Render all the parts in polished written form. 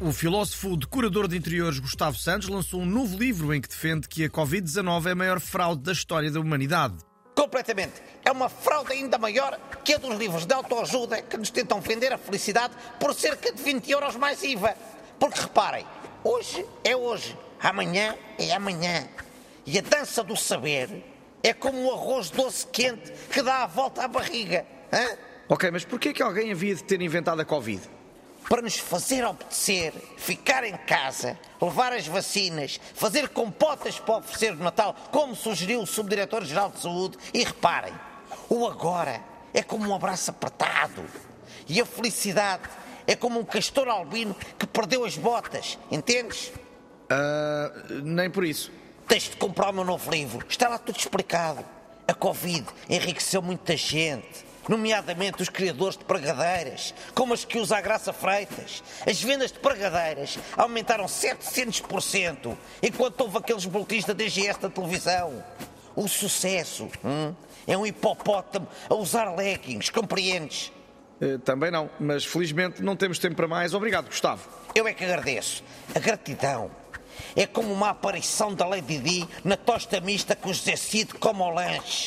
O filósofo decorador de interiores Gustavo Santos lançou um novo livro em que defende que a Covid-19 é a maior fraude da história da humanidade. Completamente. É uma fraude ainda maior que a dos livros de autoajuda que nos tentam vender a felicidade por cerca de 20 euros mais IVA. Porque reparem, hoje é hoje, amanhã é amanhã. E a dança do saber é como um arroz doce quente que dá a volta à barriga. Hã? Ok, mas porquê que alguém havia de ter inventado a Covid? Para nos fazer obedecer, ficar em casa, levar as vacinas, fazer compotas para oferecer no Natal, como sugeriu o Subdiretor-Geral de Saúde. E reparem, o agora é como um abraço apertado. E a felicidade é como um castor albino que perdeu as botas, entendes? Nem por isso. Tens de comprar o meu novo livro, está lá tudo explicado. A Covid enriqueceu muita gente, nomeadamente os criadores de pregadeiras, como as que usa a Graça Freitas. As vendas de pregadeiras aumentaram 700%, enquanto houve aqueles boletins da DGS da televisão. O sucesso é um hipopótamo a usar leggings, compreendes? Também não, mas felizmente não temos tempo para mais. Obrigado, Gustavo. Eu é que agradeço. A gratidão é como uma aparição da Lady Di na tosta mista que o José Cid come ao lanche.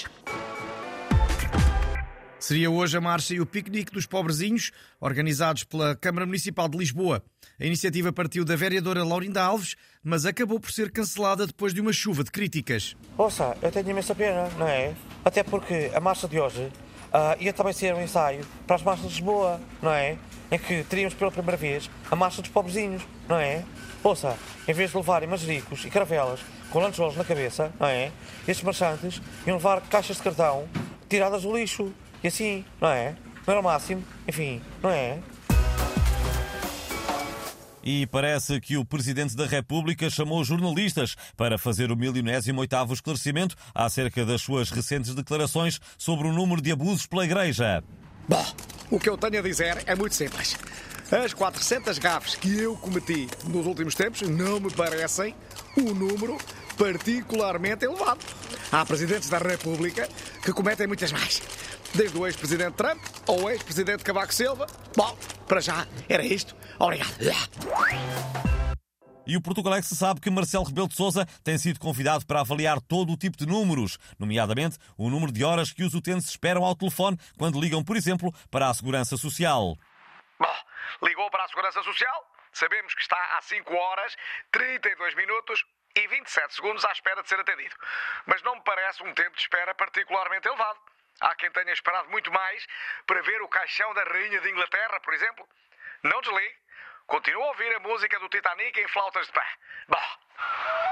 Seria hoje a marcha e o piquenique dos pobrezinhos, organizados pela Câmara Municipal de Lisboa. A iniciativa partiu da vereadora Laurinda Alves, mas acabou por ser cancelada depois de uma chuva de críticas. Ouça, eu tenho imensa pena, não é? Até porque a marcha de hoje ia também ser um ensaio para as marchas de Lisboa, não é? Em que teríamos pela primeira vez a marcha dos pobrezinhos, não é? Ouça, em vez de levarem manjericos e caravelas com lancholos na cabeça, não é? Estes marchantes iam levar caixas de cartão tiradas do lixo. E assim, não é? Não era o máximo? Enfim, não é? E parece que o Presidente da República chamou jornalistas para fazer o 1008º esclarecimento acerca das suas recentes declarações sobre o número de abusos pela Igreja. Bom, o que eu tenho a dizer é muito simples. As 400 gafes que eu cometi nos últimos tempos não me parecem um número particularmente elevado. Há presidentes da República que cometem muitas mais. Desde o ex-presidente Trump ao o ex-presidente Cavaco Silva. Bom, para já era isto. Obrigado. E o Portugalex sabe que Marcelo Rebelo de Sousa tem sido convidado para avaliar todo o tipo de números, nomeadamente o número de horas que os utentes esperam ao telefone quando ligam, por exemplo, para a Segurança Social. Bom, ligou para a Segurança Social? Sabemos que está há 5 horas, 32 minutos e 27 segundos à espera de ser atendido. Mas não me parece um tempo de espera particularmente elevado. Há quem tenha esperado muito mais para ver o caixão da Rainha de Inglaterra, por exemplo. Não desligue. Continua a ouvir a música do Titanic em flautas de pé. Bom,